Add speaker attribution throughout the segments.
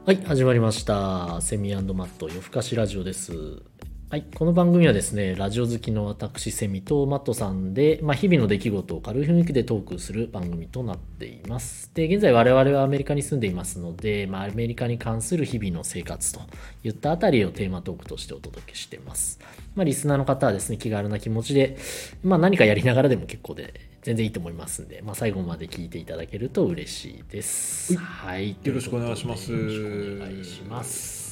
Speaker 1: はい、始まりました。セミ&マット夜更かしラジオです。はい、この番組はですね、ラジオ好きの私セミとマットさんで、日々の出来事を軽い雰囲気でトークする番組となっています。で、現在我々はアメリカに住んでいますので、アメリカに関する日々の生活といったあたりをテーマトークとしてお届けしています。リスナーの方はですね、気軽な気持ちで、何かやりながらでも結構で全然いいと思いますんで、最後まで聞いていただけると嬉しいです。はい、
Speaker 2: よろしくお願いします。
Speaker 1: よろしくお願いします。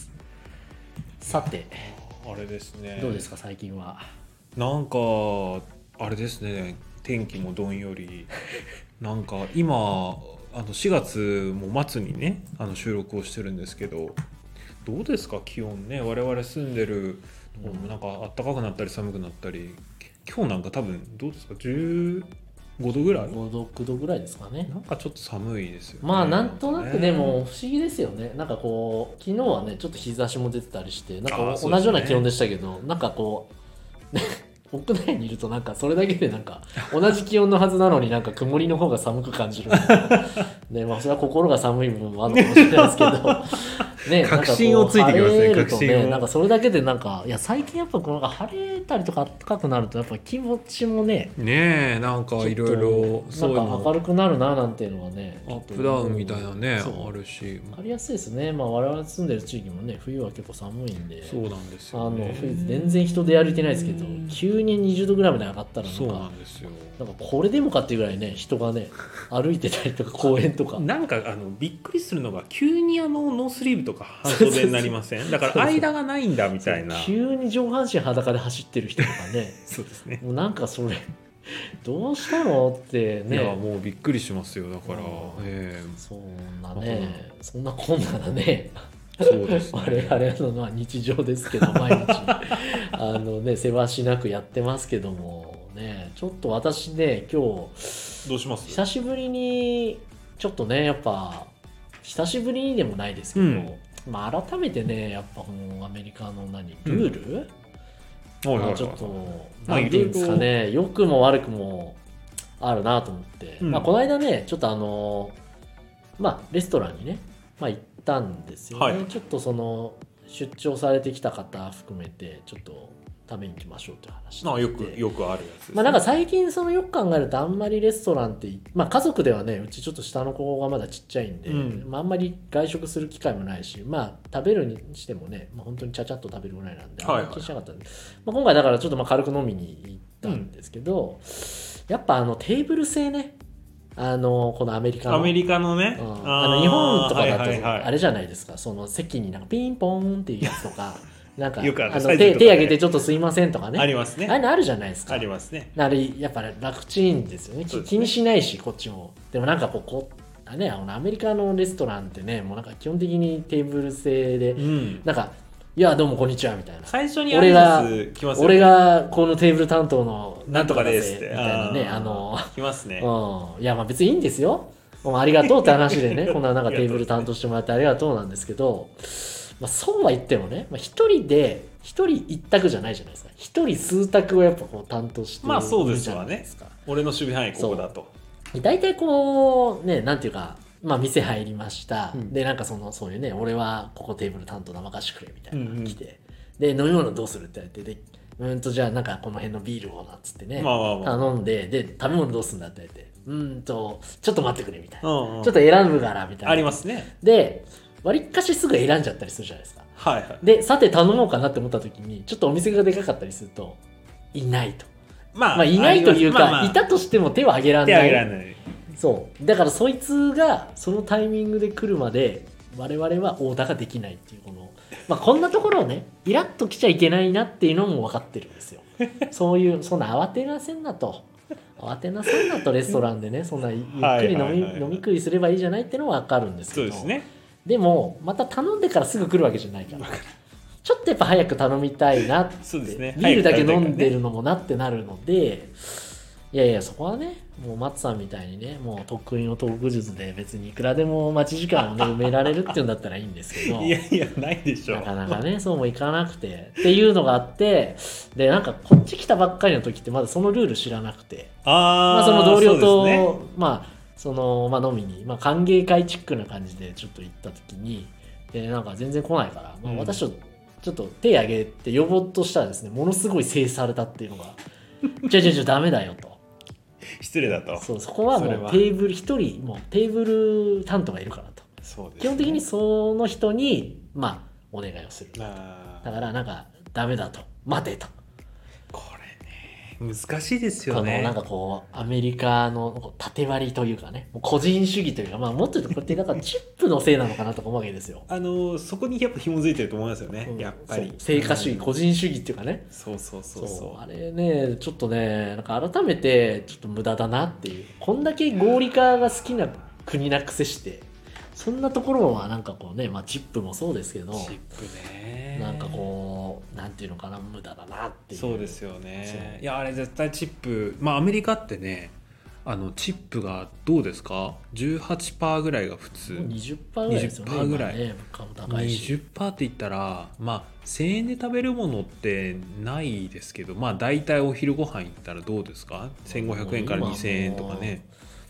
Speaker 1: さて、
Speaker 2: あれですね。
Speaker 1: どうですか最近は。
Speaker 2: なんかあれですね。天気もどんより。なんか今4月も末にね収録をしてるんですけど、どうですか気温ね。我々住んでるなんか暖かくなったり寒くなったり。今日なんか多分どうですか15度ぐらい
Speaker 1: 5度6度ぐらいですかね。
Speaker 2: なんかちょっと寒いですよね。
Speaker 1: なんとなくでも不思議ですよね。なんかこう昨日はねちょっと日差しも出てたりして、なんか同じような気温でしたけど、なんかこう屋内にいるとなんかそれだけでなんか同じ気温のはずなのになんか曇りの方が寒く感じるみたいなね、それは心が寒い部分もあるのかもしれないですけどね、
Speaker 2: 確信をついてきますね。確信を。
Speaker 1: なんかそれだけでなんかいや最近やっぱこの晴れたりとか暖かくなるとやっぱ気持ちもね
Speaker 2: なんかいろいろ
Speaker 1: なんか明るくなるななんていうのはね、
Speaker 2: アップダウンみたいなね
Speaker 1: あ
Speaker 2: るし、
Speaker 1: ありやすいですね。我々住んでる地域もね冬は結構寒いんで、
Speaker 2: そうなんですよね。
Speaker 1: 冬全然人出歩いてないですけど、急に20度ぐらいまで上がったら
Speaker 2: そうなんですよ。
Speaker 1: なんかこれでもかっていうぐらいね人がね歩いてたりとか公園とか
Speaker 2: なんかびっくりするのが急にノースリーブとか半袖になりません？だから間がないんだみたいな。
Speaker 1: 急に上半身裸で走ってる人とかね
Speaker 2: そうですね。
Speaker 1: もうなんかそれどうしたのってね。
Speaker 2: いやもうびっくりしますよ。だから、
Speaker 1: そんなねそんなこんなだね
Speaker 2: そうですね
Speaker 1: 我々の日常ですけど毎日せわしなくやってますけどもね、ちょっと私ね今日
Speaker 2: どうします？
Speaker 1: 久しぶりにちょっとねやっぱ久しぶりにでもないですけど、改めてねやっぱこのアメリカのルール、ちょっとなんていうんですかね、良くも悪くもあるなと思って、この間ねちょっとレストランにね、行ったんですよね、ちょっとその出張されてきた方含めてちょっと食べに行きましょうという話で、
Speaker 2: よくあるやつですね。
Speaker 1: なんか最近そのよく考えるとあんまりレストランって、家族ではねうちちょっと下の子がまだちっちゃいんで、あんまり外食する機会もないし、食べるにしてもね、本当にちゃちゃっと食べるぐらいなんであんまり気にしなかったんで、今回だからちょっと軽く飲みに行ったんですけど、やっぱテーブル制ね、このアメリカのね、日本とかだとあれじゃないですか、その席になんかピンポンっていうやつとかなんか手挙げてちょっとすいませんとかね、
Speaker 2: ありますね。
Speaker 1: あれあるじゃないですか。
Speaker 2: ありますね。
Speaker 1: あれやっぱ楽ちんですよね。気にしないしこっちも。でもなんかアメリカのレストランってね、もうなんか基本的にテーブル制で、なんかいやどうもこんにちはみたいな。
Speaker 2: 最初に挨拶来ますよね。
Speaker 1: 俺がこのテーブル担当の
Speaker 2: なんとかですって
Speaker 1: みたいなね、
Speaker 2: 来ますね。
Speaker 1: いや別にいいんですよ。もうありがとうって話でね、こんななんかテーブル担当してもらってありがとうなんですけど。そうは言ってもね、一人一択じゃないじゃないですか。一人数択をやっぱこう担当してる
Speaker 2: そうです
Speaker 1: じゃな
Speaker 2: わね
Speaker 1: いですか。
Speaker 2: 俺の守備範囲ここだと。
Speaker 1: 大体こうね、なんていうか、店入りました。でなんかそういうね、俺はここテーブル担当だ任してくれみたいなのが来て、で飲み物どうするって言われて、でじゃあなんかこの辺のビールをなんつってね、頼んで、で食べ物どうするんだって言われて、ちょっと待ってくれみたいな、ちょっと選ぶからみたいな
Speaker 2: ありますね。
Speaker 1: でわりかしすぐ選んじゃったりするじゃないですか。でさて頼もうかなって思った時にちょっとお店がでかかったりするといないと、いないというか、いたとしても手は挙げられない。そうだからそいつがそのタイミングで来るまで我々はオーダーができないっていうこんなところをねイラッと来ちゃいけないなっていうのも分かってるんですよそんな慌てなさんなとレストランでねそんなゆっくり飲み食いすればいいじゃないっていうのは分かるんですけど、
Speaker 2: そうですね。で
Speaker 1: もまた頼んでからすぐ来るわけじゃないからちょっとやっぱ早く頼みたいなって、
Speaker 2: そうですね、
Speaker 1: ビールだけ飲んでるのもなってなるので、いやいやそこはねもう松さんみたいにねもう得意のトーク術で別にいくらでも待ち時間をね埋められるっていうんだったらいいんですけど
Speaker 2: いやないでしょ、
Speaker 1: なかなかねそうもいかなくてっていうのがあって、でなんかこっち来たばっかりの時ってまだそのルール知らなくて、その同僚と、飲みに、歓迎会チックな感じでちょっと行った時にでなんか全然来ないから、まあ、私とちょっと手挙げて呼ぼうとしたらですね、ものすごい制止されたっていうのがじゃあダメだよと、
Speaker 2: 失礼だと。
Speaker 1: そこはもうテーブル一人もうテーブル担当がいるからと、そうですね、基本的にその人にまあお願いをする。だからなんかダメだと、待てと。
Speaker 2: これね難しいですよね。
Speaker 1: なんかこうアメリカの縦割りというかね、もう個人主義というか、まあもっと言うとこうやってなんかチップのせいなのかなとか思うわけですよ。
Speaker 2: そこにやっぱ紐づいてると思いますよね、やっぱり
Speaker 1: 成果主義、個人主義っていうかね。そうあれね、ちょっとね、なんか改めてちょっと無駄だなっていう。こんだけ合理化が好きな国なくせしてそんなところはなんかこうね、まあチップもそうですけど、チップね、なんかこうなんていうのかな、無駄だなっていう。
Speaker 2: そうですよね。いやあれ絶対チップ、まあアメリカってね、チップがどうですか 18% ぐらいが普通、
Speaker 1: 20% ぐらいですよね。
Speaker 2: 20%ぐらい、
Speaker 1: ね、物価も高いし
Speaker 2: 20% って言ったらまあ1000円で食べるものってないですけど、まあ大体お昼ご飯行ったらどうですか、1500円から2000円とかね、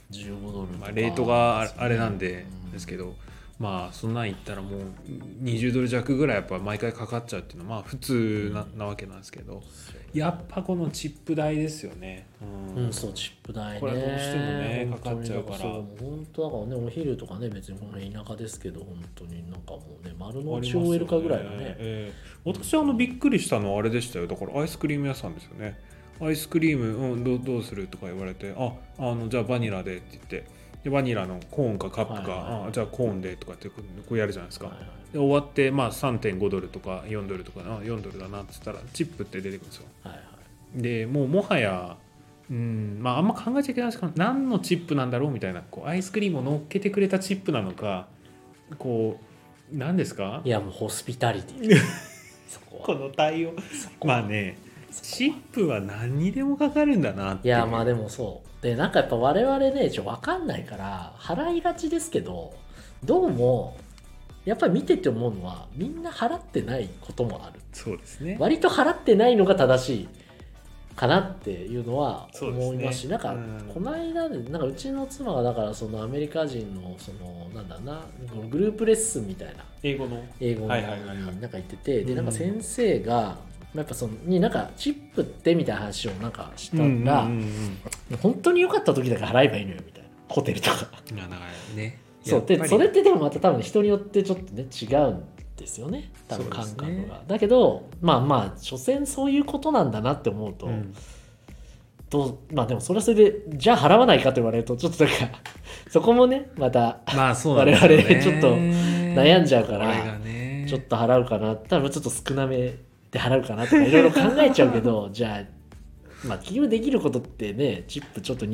Speaker 1: 15ドルとか、
Speaker 2: まあ、レートがあれなんでですけど、まあそんなん言ったらもう20ドル弱ぐらいやっぱ毎回かかっちゃうっていうのはまあ普通 なわけなんですけど、やっぱこのチップ代ですよね。
Speaker 1: そうチップ代ね、
Speaker 2: これはどうしてもねかかっちゃうから、
Speaker 1: そう本当だからね、お昼とかね、別にこの田舎ですけど本当になんかもうね、丸の内 OL かぐらいはね、
Speaker 2: 私びっくりしたのはあれでしたよ。だからアイスクリーム屋さんですよね。アイスクリーム、どうするとか言われて、じゃあバニラでって言って、でバニラのコーンかカップか、じゃあコーンでとかってこうやるじゃないですか、で終わってまあ 3.5 ドルとか4ドルとか4ドルだなって言ったらチップって出てくるんですよ、でもはやまああんま考えちゃいけないですけど、何のチップなんだろうみたいな、こうアイスクリームを乗っけてくれたチップなのか、こう何ですか、
Speaker 1: いやもうホスピタリティ
Speaker 2: そこはこの対応、まあね、チップは何にでもかかるんだなって。
Speaker 1: いやまあでもそうで、なんかやっぱ我々ね分かんないから払いがちですけど、どうもやっぱり見てて思うのはみんな払ってないこともある。
Speaker 2: そうですね、
Speaker 1: 割と払ってないのが正しいかなっていうのは思いますし、なんかこの間でなんかうちの妻がだからそのアメリカ人のそのなんだなグループレッスンみたいな
Speaker 2: 英語の
Speaker 1: なんか言ってて、でなんか先生がやっぱそのになんかチップってみたいな話をなんかしたら、本当に良かった時だけ払えばいいのよみたいな、ホテルとか。
Speaker 2: だからね、
Speaker 1: そうでそれってでもまた多分人によってちょっとね違うんですよね、多分感覚が、ね、だけどまあ所詮そういうことなんだなって思うと、まあでもそれはそれでじゃあ払わないかと言われるとちょっとなんかそこもねまた、
Speaker 2: まあそう
Speaker 1: 我々ちょっと悩んじゃうから、
Speaker 2: ね、
Speaker 1: ちょっと払うかな、多分ちょっと少なめで払うかなとかいろいろ考えちゃうけどじゃあまあ企業できることってね、チップちょっと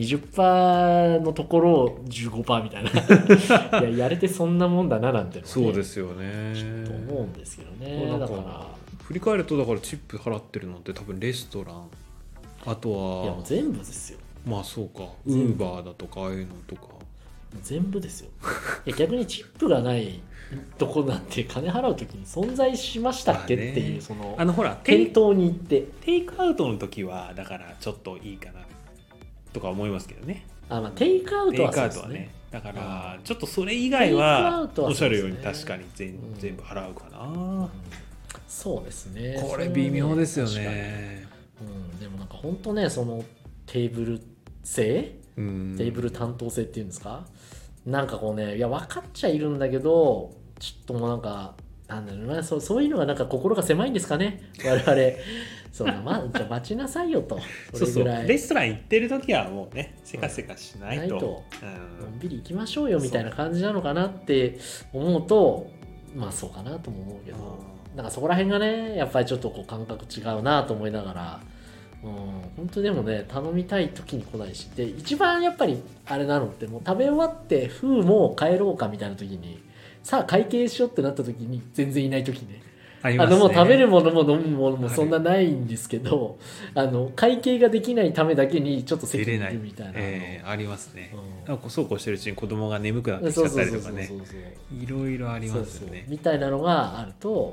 Speaker 1: 20% のところを 15% みたいなやれてそんなもんだななんて、ね、
Speaker 2: そうですよね、
Speaker 1: ちょっと思うんですけどね。だから
Speaker 2: 振り返るとだからチップ払ってるのって多分レストラン、あとはい
Speaker 1: やもう全部ですよ。
Speaker 2: まあそうか、ウーバーだとかああいうのとか
Speaker 1: 全部ですよ。いや逆にチップがないとこなんて金払うときに存在しましたっけ、っていうその
Speaker 2: ほら
Speaker 1: 店頭に行って
Speaker 2: テイクアウトの時はだからちょっといいかなとか思いますけどね。
Speaker 1: まあテイクアウトはそうですね。
Speaker 2: だからちょっとそれ以外はおっしゃるように確かに全部払うかな、
Speaker 1: そうですね。
Speaker 2: これ微妙ですよね。
Speaker 1: でもなんか本当ね、そのテーブル制、テーブル担当制っていうんですか、なんかこうね、いや分かっちゃいるんだけどちょっともうなんかなんだろうな、そういうのがなんか心が狭いんですかね我々じゃあ待ちなさいよと。それぐらい
Speaker 2: レストラン行ってる時はもうねせかせかしないと、
Speaker 1: のんびり行きましょうよみたいな感じなのかなって思うと、まあそうかなとも思うけど、なんかそこら辺がねやっぱりちょっとこう感覚違うなと思いながら、本当でもね頼みたい時に来ないし、で一番やっぱりあれなのってもう食べ終わってもう帰ろうかみたいな時にさあ会計しようってなった時に全然いない時ね、もう食べるものも飲むものもそんなないんですけど、会計ができないためだけにちょっと席にいるみたいな
Speaker 2: ありますね。そうこうしてるうちに子供が眠くなってきちゃったりとかね、いろいろありますよね。
Speaker 1: みたいなのがあると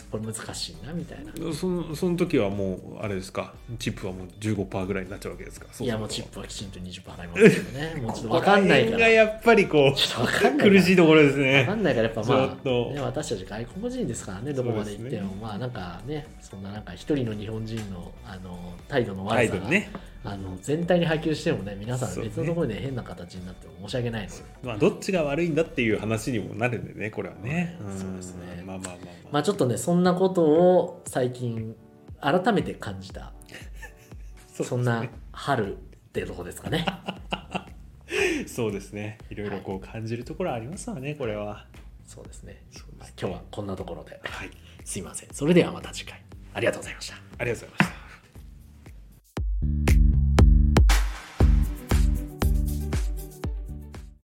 Speaker 1: これ難しいなみたいな。
Speaker 2: その時はもうあれですか、チップはもう 15% ぐらいになっちゃうわけですか。
Speaker 1: いやもうチップはきちんと 20% 払いますけどね。もうちょっと分かんないから。
Speaker 2: がやっぱりこう苦しいところですね。
Speaker 1: 分かんないからやっぱね、私たち外国人ですからね、どこまで行っても、まあなんかね、そんななんか一人の日本人の態度の悪さが、ね、全体に波及してもね、皆さん別のところで変な形になっても申し訳ないので、
Speaker 2: まあどっちが悪いんだっていう話にもなるんでね、これはね。
Speaker 1: そうですね。
Speaker 2: まあ
Speaker 1: ちょっとね、そんなことを最近改めて感じたそんな春ってとこですかね。
Speaker 2: そうですね。いろいろこう感じるところありますわね、これは。
Speaker 1: そうですね。今日はこんなところで、はい、すいません。それではまた次回。ありがとうございました。
Speaker 2: ありがとうございました。